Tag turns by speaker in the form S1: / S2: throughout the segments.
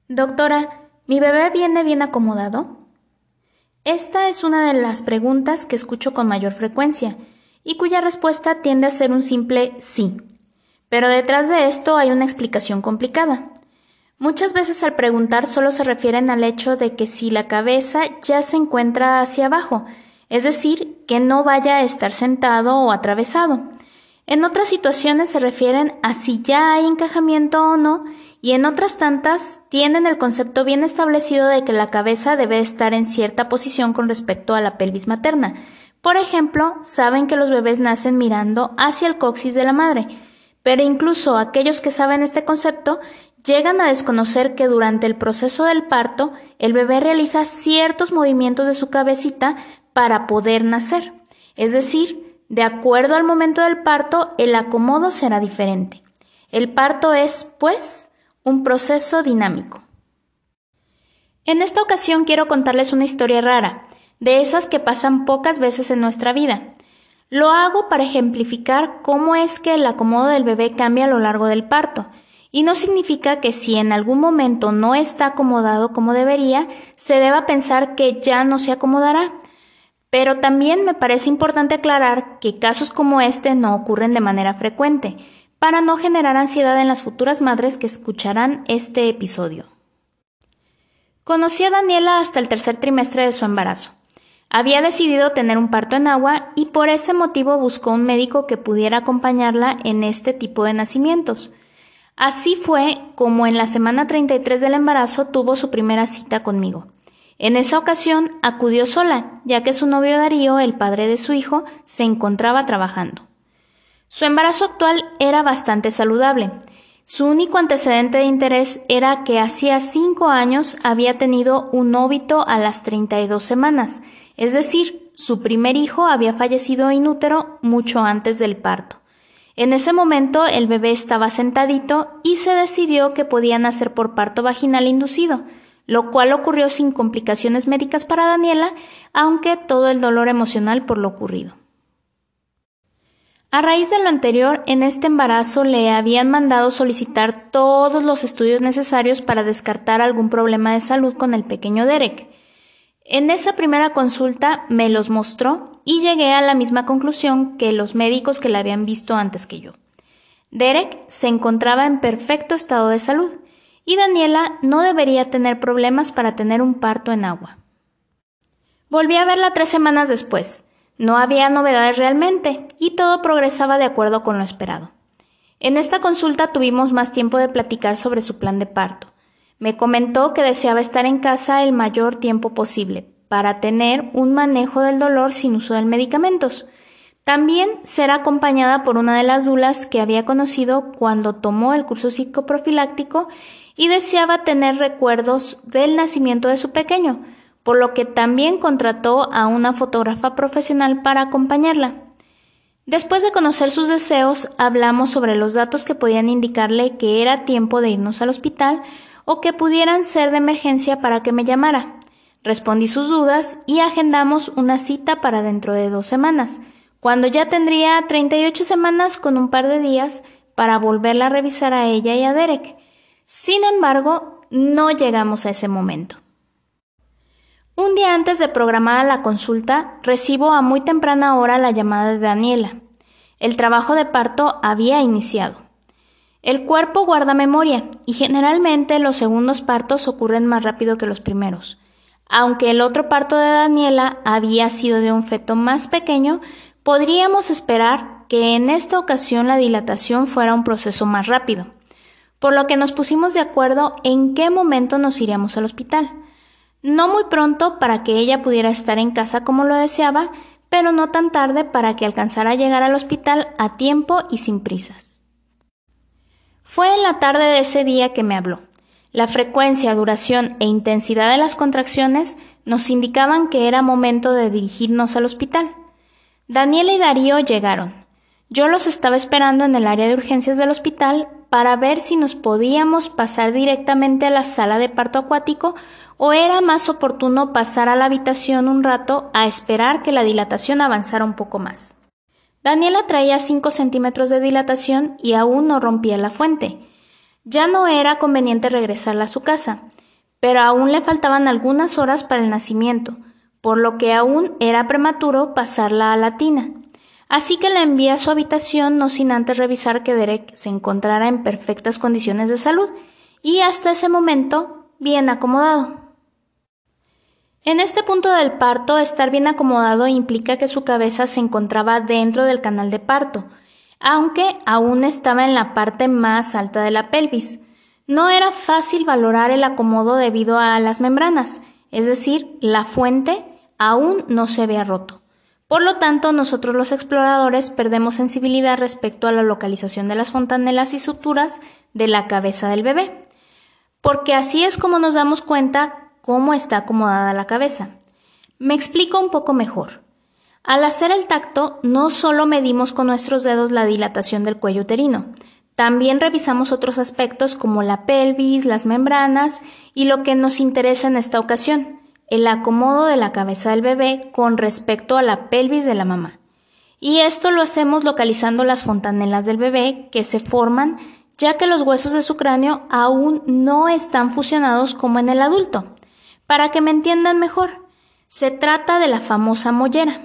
S1: Doctora, ¿mi bebé viene bien acomodado? Esta es una de las preguntas que escucho con mayor frecuencia y cuya respuesta tiende a ser un simple sí. Pero detrás de esto hay una explicación complicada. Muchas veces al preguntar solo se refieren al hecho de que si la cabeza ya se encuentra hacia abajo, es decir, que no vaya a estar sentado o atravesado. En otras situaciones se refieren a si ya hay encajamiento o no, y en otras tantas tienen el concepto bien establecido de que la cabeza debe estar en cierta posición con respecto a la pelvis materna. Por ejemplo, saben que los bebés nacen mirando hacia el coxis de la madre, pero incluso aquellos que saben este concepto llegan a desconocer que durante el proceso del parto el bebé realiza ciertos movimientos de su cabecita para poder nacer. Es decir, de acuerdo al momento del parto, el acomodo será diferente. El parto es, pues, un proceso dinámico. En esta ocasión quiero contarles una historia rara, de esas que pasan pocas veces en nuestra vida. Lo hago para ejemplificar cómo es que el acomodo del bebé cambia a lo largo del parto, y no significa que si en algún momento no está acomodado como debería, se deba pensar que ya no se acomodará. Pero también me parece importante aclarar que casos como este no ocurren de manera frecuente, para no generar ansiedad en las futuras madres que escucharán este episodio. Conocí a Daniela hasta el tercer trimestre de su embarazo. Había decidido tener un parto en agua y por ese motivo buscó un médico que pudiera acompañarla en este tipo de nacimientos. Así fue como en la semana 33 del embarazo tuvo su primera cita conmigo. En esa ocasión acudió sola, ya que su novio Darío, el padre de su hijo, se encontraba trabajando. Su embarazo actual era bastante saludable. Su único antecedente de interés era que hacía 5 años había tenido un óbito a las 32 semanas, es decir, su primer hijo había fallecido in útero mucho antes del parto. En ese momento el bebé estaba sentadito y se decidió que podía nacer por parto vaginal inducido, lo cual ocurrió sin complicaciones médicas para Daniela, aunque todo el dolor emocional por lo ocurrido. A raíz de lo anterior, en este embarazo le habían mandado solicitar todos los estudios necesarios para descartar algún problema de salud con el pequeño Derek. En esa primera consulta me los mostró y llegué a la misma conclusión que los médicos que la habían visto antes que yo. Derek se encontraba en perfecto estado de salud y Daniela no debería tener problemas para tener un parto en agua. Volví a verla 3 semanas después. No había novedades realmente y todo progresaba de acuerdo con lo esperado. En esta consulta tuvimos más tiempo de platicar sobre su plan de parto. Me comentó que deseaba estar en casa el mayor tiempo posible para tener un manejo del dolor sin uso de medicamentos. También ser acompañada por una de las dulas que había conocido cuando tomó el curso psicoprofiláctico y deseaba tener recuerdos del nacimiento de su pequeño, por lo que también contrató a una fotógrafa profesional para acompañarla. Después de conocer sus deseos, hablamos sobre los datos que podían indicarle que era tiempo de irnos al hospital o que pudieran ser de emergencia para que me llamara. Respondí sus dudas y agendamos una cita para dentro de 2 semanas, cuando ya tendría 38 semanas con un par de días para volverla a revisar a ella y a Derek. Sin embargo, no llegamos a ese momento. Un día antes de programada la consulta, recibo a muy temprana hora la llamada de Daniela. El trabajo de parto había iniciado. El cuerpo guarda memoria y generalmente los segundos partos ocurren más rápido que los primeros. Aunque el otro parto de Daniela había sido de un feto más pequeño, podríamos esperar que en esta ocasión la dilatación fuera un proceso más rápido, por lo que nos pusimos de acuerdo en qué momento nos iríamos al hospital. No muy pronto para que ella pudiera estar en casa como lo deseaba, pero no tan tarde para que alcanzara a llegar al hospital a tiempo y sin prisas. Fue en la tarde de ese día que me habló. La frecuencia, duración e intensidad de las contracciones nos indicaban que era momento de dirigirnos al hospital. Daniela y Darío llegaron. Yo los estaba esperando en el área de urgencias del hospital para ver si nos podíamos pasar directamente a la sala de parto acuático o era más oportuno pasar a la habitación un rato a esperar que la dilatación avanzara un poco más. Daniela traía 5 centímetros de dilatación y aún no rompía la fuente. Ya no era conveniente regresarla a su casa. pero aún le faltaban algunas horas para el nacimiento, por lo que aún era prematuro pasarla a la tina. Así que la envié a su habitación no sin antes revisar que Derek se encontrara en perfectas condiciones de salud y hasta ese momento bien acomodado. En este punto del parto, estar bien acomodado implica que su cabeza se encontraba dentro del canal de parto, aunque aún estaba en la parte más alta de la pelvis. No era fácil valorar el acomodo debido a las membranas, es decir, la fuente aún no se había roto. Por lo tanto, nosotros los exploradores perdemos sensibilidad respecto a la localización de las fontanelas y suturas de la cabeza del bebé, porque así es como nos damos cuenta cómo está acomodada la cabeza. Me explico un poco mejor. Al hacer el tacto, no solo medimos con nuestros dedos la dilatación del cuello uterino, también revisamos otros aspectos como la pelvis, las membranas y lo que nos interesa en esta ocasión, el acomodo de la cabeza del bebé con respecto a la pelvis de la mamá. Y esto lo hacemos localizando las fontanelas del bebé que se forman ya que los huesos de su cráneo aún no están fusionados como en el adulto. Para que me entiendan mejor, se trata de la famosa mollera.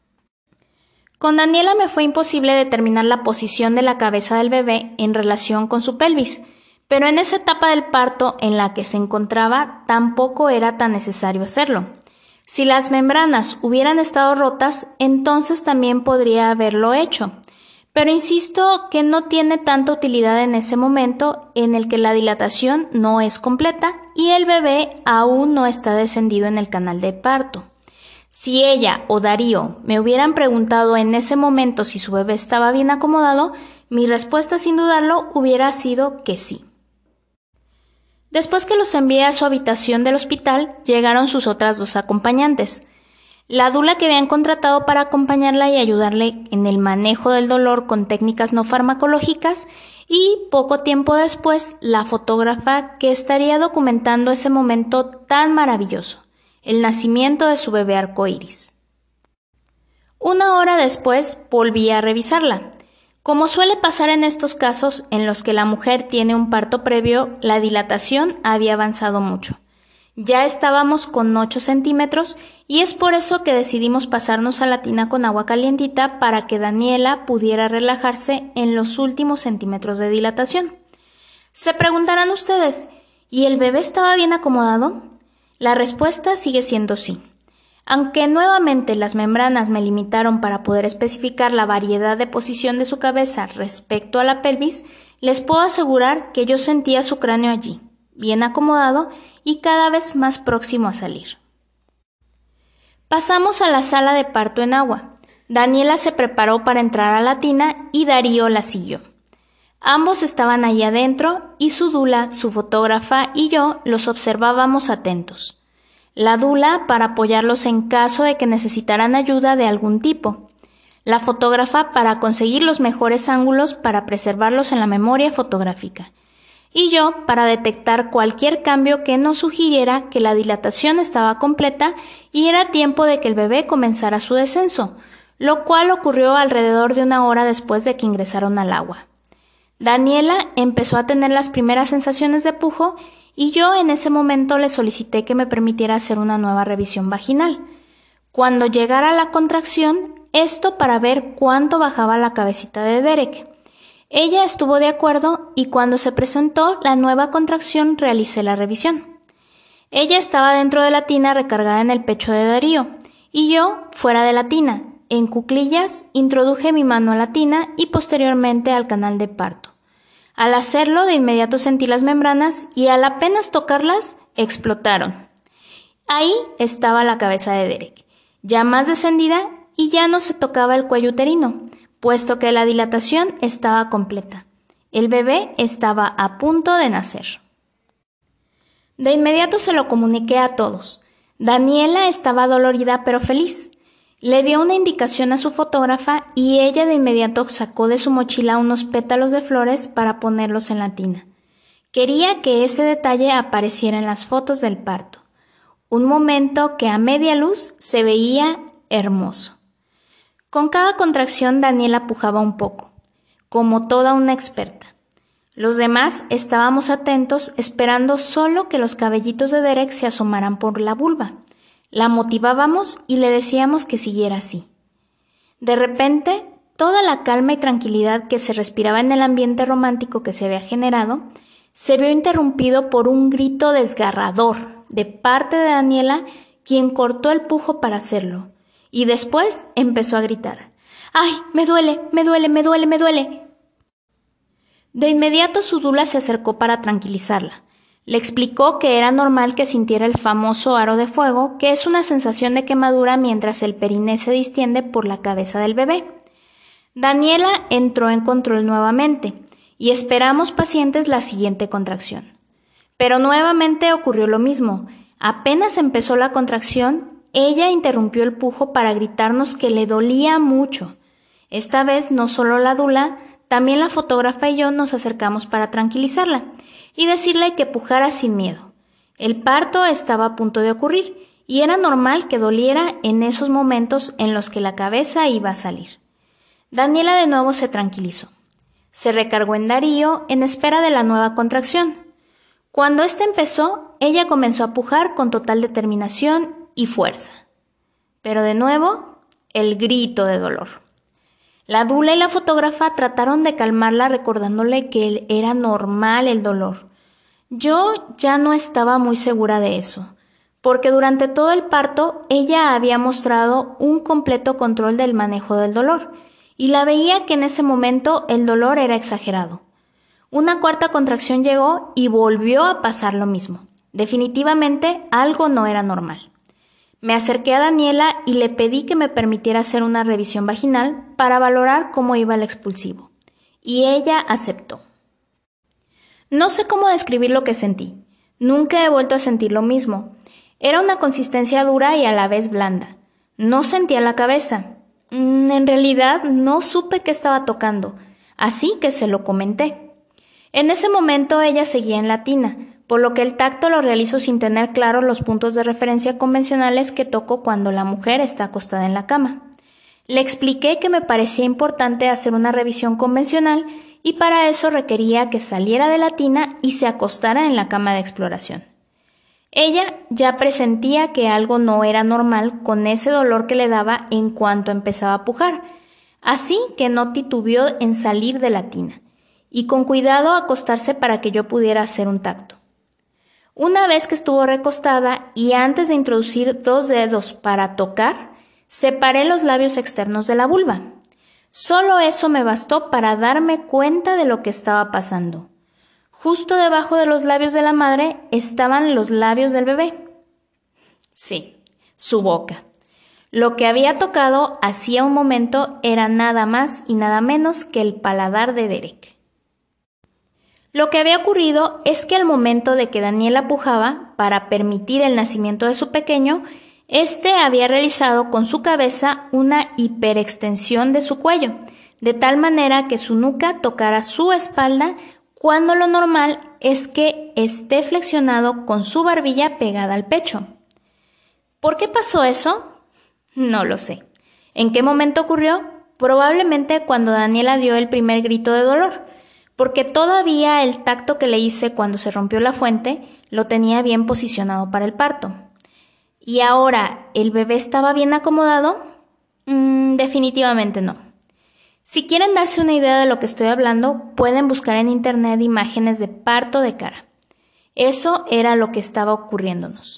S1: Con Daniela me fue imposible determinar la posición de la cabeza del bebé en relación con su pelvis, pero en esa etapa del parto en la que se encontraba tampoco era tan necesario hacerlo. Si las membranas hubieran estado rotas, entonces también podría haberlo hecho, pero insisto que no tiene tanta utilidad en ese momento en el que la dilatación no es completa y el bebé aún no está descendido en el canal de parto. Si ella o Darío me hubieran preguntado en ese momento si su bebé estaba bien acomodado, mi respuesta sin dudarlo hubiera sido que sí. Después que los envié a su habitación del hospital, llegaron sus otras dos acompañantes. La dula que habían contratado para acompañarla y ayudarle en el manejo del dolor con técnicas no farmacológicas y, poco tiempo después, la fotógrafa que estaría documentando ese momento tan maravilloso, el nacimiento de su bebé arcoíris. Una hora después volví a revisarla. Como suele pasar en estos casos en los que la mujer tiene un parto previo, la dilatación había avanzado mucho. Ya estábamos con 8 centímetros y es por eso que decidimos pasarnos a la tina con agua calientita para que Daniela pudiera relajarse en los últimos centímetros de dilatación. Se preguntarán ustedes, ¿y el bebé estaba bien acomodado? La respuesta sigue siendo sí. Aunque nuevamente las membranas me limitaron para poder especificar la variedad de posición de su cabeza respecto a la pelvis, les puedo asegurar que yo sentía su cráneo allí, bien acomodado y cada vez más próximo a salir. Pasamos a la sala de parto en agua. Daniela se preparó para entrar a la tina y Darío la siguió. Ambos estaban ahí adentro y su dula, su fotógrafa y yo los observábamos atentos. La dula para apoyarlos en caso de que necesitaran ayuda de algún tipo. La fotógrafa para conseguir los mejores ángulos para preservarlos en la memoria fotográfica. Y yo para detectar cualquier cambio que nos sugiriera que la dilatación estaba completa y era tiempo de que el bebé comenzara su descenso, lo cual ocurrió alrededor de una hora después de que ingresaron al agua. Daniela empezó a tener las primeras sensaciones de pujo y yo en ese momento le solicité que me permitiera hacer una nueva revisión vaginal. Cuando llegara la contracción, esto para ver cuánto bajaba la cabecita de Derek. Ella estuvo de acuerdo y cuando se presentó la nueva contracción realicé la revisión. Ella estaba dentro de la tina recargada en el pecho de Darío y yo fuera de la tina. En cuclillas introduje mi mano a la tina y posteriormente al canal de parto. Al hacerlo, de inmediato sentí las membranas y al apenas tocarlas, explotaron. Ahí estaba la cabeza de Derek, ya más descendida y ya no se tocaba el cuello uterino, puesto que la dilatación estaba completa. El bebé estaba a punto de nacer. De inmediato se lo comuniqué a todos. Daniela estaba dolorida pero feliz. Le dio una indicación a su fotógrafa y ella de inmediato sacó de su mochila unos pétalos de flores para ponerlos en la tina. Quería que ese detalle apareciera en las fotos del parto. Un momento que a media luz se veía hermoso. Con cada contracción Daniela pujaba un poco, como toda una experta. Los demás estábamos atentos, esperando solo que los cabellitos de Derek se asomaran por la vulva. La motivábamos y le decíamos que siguiera así. De repente, toda la calma y tranquilidad que se respiraba en el ambiente romántico que se había generado, se vio interrumpido por un grito desgarrador de parte de Daniela, quien cortó el pujo para hacerlo, y después empezó a gritar: ¡ay, me duele, me duele, me duele, me duele! De inmediato su dula se acercó para tranquilizarla. Le explicó que era normal que sintiera el famoso aro de fuego, que es una sensación de quemadura mientras el periné se distiende por la cabeza del bebé. Daniela entró en control nuevamente y esperamos pacientes la siguiente contracción. Pero nuevamente ocurrió lo mismo. Apenas empezó la contracción, ella interrumpió el pujo para gritarnos que le dolía mucho. Esta vez no solo la dula, también la fotógrafa y yo nos acercamos para tranquilizarla y decirle que pujara sin miedo. El parto estaba a punto de ocurrir y era normal que doliera en esos momentos en los que la cabeza iba a salir. Daniela de nuevo se tranquilizó. Se recargó en Darío en espera de la nueva contracción. Cuando ésta empezó, ella comenzó a pujar con total determinación y fuerza. Pero de nuevo, el grito de dolor. La dula y la fotógrafa trataron de calmarla recordándole que era normal el dolor. Yo ya no estaba muy segura de eso, porque durante todo el parto ella había mostrado un completo control del manejo del dolor, y la veía que en ese momento el dolor era exagerado. Una cuarta contracción llegó y volvió a pasar lo mismo. Definitivamente algo no era normal. Me acerqué a Daniela y le pedí que me permitiera hacer una revisión vaginal para valorar cómo iba el expulsivo. Y ella aceptó. No sé cómo describir lo que sentí. Nunca he vuelto a sentir lo mismo. Era una consistencia dura y a la vez blanda. No sentía la cabeza. En realidad no supe qué estaba tocando, así que se lo comenté. En ese momento ella seguía en la tina, por lo que el tacto lo realizo sin tener claros los puntos de referencia convencionales que toco cuando la mujer está acostada en la cama. Le expliqué que me parecía importante hacer una revisión convencional y para eso requería que saliera de la tina y se acostara en la cama de exploración. Ella ya presentía que algo no era normal con ese dolor que le daba en cuanto empezaba a pujar, así que no titubeó en salir de la tina y con cuidado acostarse para que yo pudiera hacer un tacto. Una vez que estuvo recostada y antes de introducir 2 dedos para tocar, separé los labios externos de la vulva. Solo eso me bastó para darme cuenta de lo que estaba pasando. Justo debajo de los labios de la madre estaban los labios del bebé. Sí, su boca. Lo que había tocado hacía un momento era nada más y nada menos que el paladar de Derek. Lo que había ocurrido es que al momento de que Daniela pujaba para permitir el nacimiento de su pequeño, este había realizado con su cabeza una hiperextensión de su cuello, de tal manera que su nuca tocara su espalda, cuando lo normal es que esté flexionado con su barbilla pegada al pecho. ¿Por qué pasó eso? No lo sé. ¿En qué momento ocurrió? Probablemente cuando Daniela dio el primer grito de dolor, porque todavía el tacto que le hice cuando se rompió la fuente lo tenía bien posicionado para el parto. ¿Y ahora el bebé estaba bien acomodado? Definitivamente no. Si quieren darse una idea de lo que estoy hablando, pueden buscar en internet imágenes de parto de cara. Eso era lo que estaba ocurriéndonos.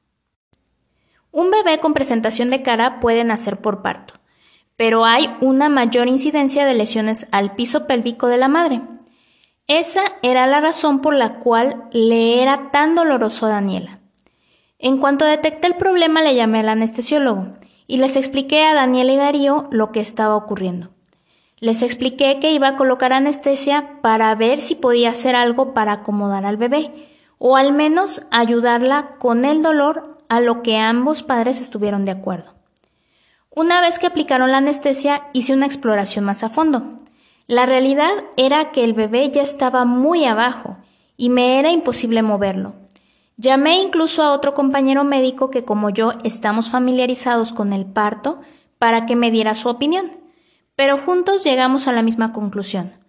S1: Un bebé con presentación de cara puede nacer por parto, pero hay una mayor incidencia de lesiones al piso pélvico de la madre. Esa era la razón por la cual le era tan doloroso a Daniela. En cuanto detecté el problema, le llamé al anestesiólogo y les expliqué a Daniela y Darío lo que estaba ocurriendo. Les expliqué que iba a colocar anestesia para ver si podía hacer algo para acomodar al bebé, o al menos ayudarla con el dolor, a lo que ambos padres estuvieron de acuerdo. Una vez que aplicaron la anestesia, hice una exploración más a fondo. La realidad era que el bebé ya estaba muy abajo y me era imposible moverlo. Llamé incluso a otro compañero médico que, como yo, estamos familiarizados con el parto, para que me diera su opinión, pero juntos llegamos a la misma conclusión.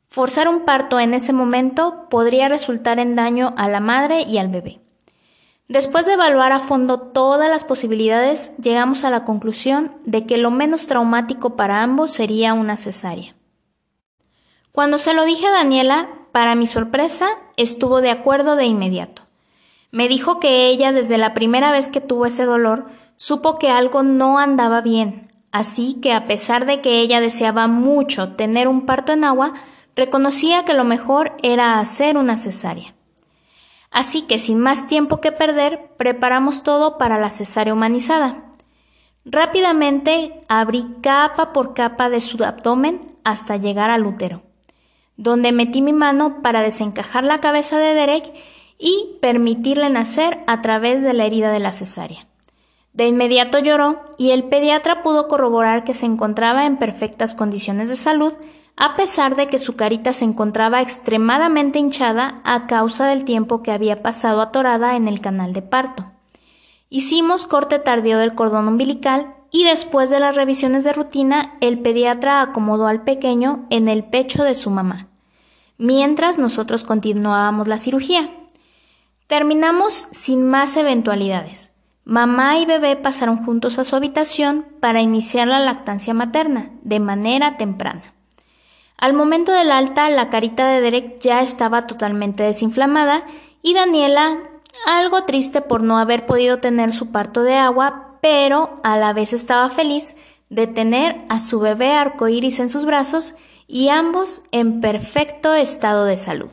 S1: Forzar un parto en ese momento podría resultar en daño a la madre y al bebé. Después de evaluar a fondo todas las posibilidades, llegamos a la conclusión de que lo menos traumático para ambos sería una cesárea. Cuando se lo dije a Daniela, para mi sorpresa, estuvo de acuerdo de inmediato. Me dijo que ella, desde la primera vez que tuvo ese dolor, supo que algo no andaba bien, así que a pesar de que ella deseaba mucho tener un parto en agua, reconocía que lo mejor era hacer una cesárea. Así que sin más tiempo que perder, preparamos todo para la cesárea humanizada. Rápidamente abrí capa por capa de su abdomen hasta llegar al útero, donde metí mi mano para desencajar la cabeza de Derek y permitirle nacer a través de la herida de la cesárea. De inmediato lloró y el pediatra pudo corroborar que se encontraba en perfectas condiciones de salud, a pesar de que su carita se encontraba extremadamente hinchada a causa del tiempo que había pasado atorada en el canal de parto. Hicimos corte tardío del cordón umbilical y después de las revisiones de rutina, el pediatra acomodó al pequeño en el pecho de su mamá, mientras nosotros continuábamos la cirugía. Terminamos sin más eventualidades. Mamá y bebé pasaron juntos a su habitación para iniciar la lactancia materna de manera temprana. Al momento del alta, la carita de Derek ya estaba totalmente desinflamada y Daniela, algo triste por no haber podido tener su parto de agua, pero a la vez estaba feliz de tener a su bebé arcoíris en sus brazos y ambos en perfecto estado de salud.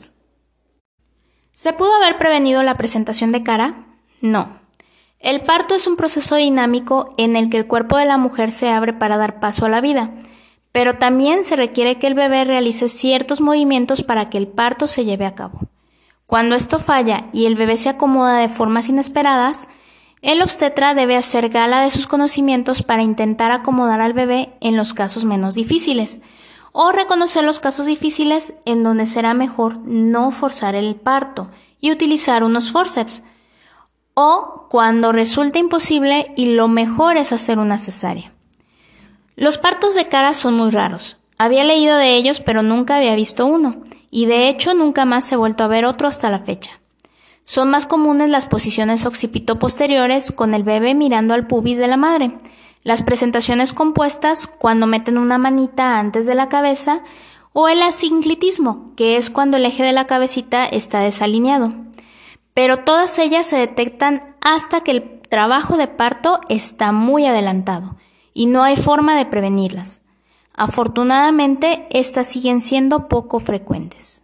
S1: ¿Se pudo haber prevenido la presentación de cara? No. El parto es un proceso dinámico en el que el cuerpo de la mujer se abre para dar paso a la vida, pero también se requiere que el bebé realice ciertos movimientos para que el parto se lleve a cabo. Cuando esto falla y el bebé se acomoda de formas inesperadas, el obstetra debe hacer gala de sus conocimientos para intentar acomodar al bebé en los casos menos difíciles, o reconocer los casos difíciles en donde será mejor no forzar el parto y utilizar unos forceps, o cuando resulta imposible y lo mejor es hacer una cesárea. Los partos de cara son muy raros. Había leído de ellos, pero nunca había visto uno, y de hecho nunca más he vuelto a ver otro hasta la fecha. Son más comunes las posiciones occipito-posteriores con el bebé mirando al pubis de la madre, las presentaciones compuestas cuando meten una manita antes de la cabeza, o el asinclitismo, que es cuando el eje de la cabecita está desalineado. Pero todas ellas se detectan hasta que el trabajo de parto está muy adelantado y no hay forma de prevenirlas. Afortunadamente, estas siguen siendo poco frecuentes.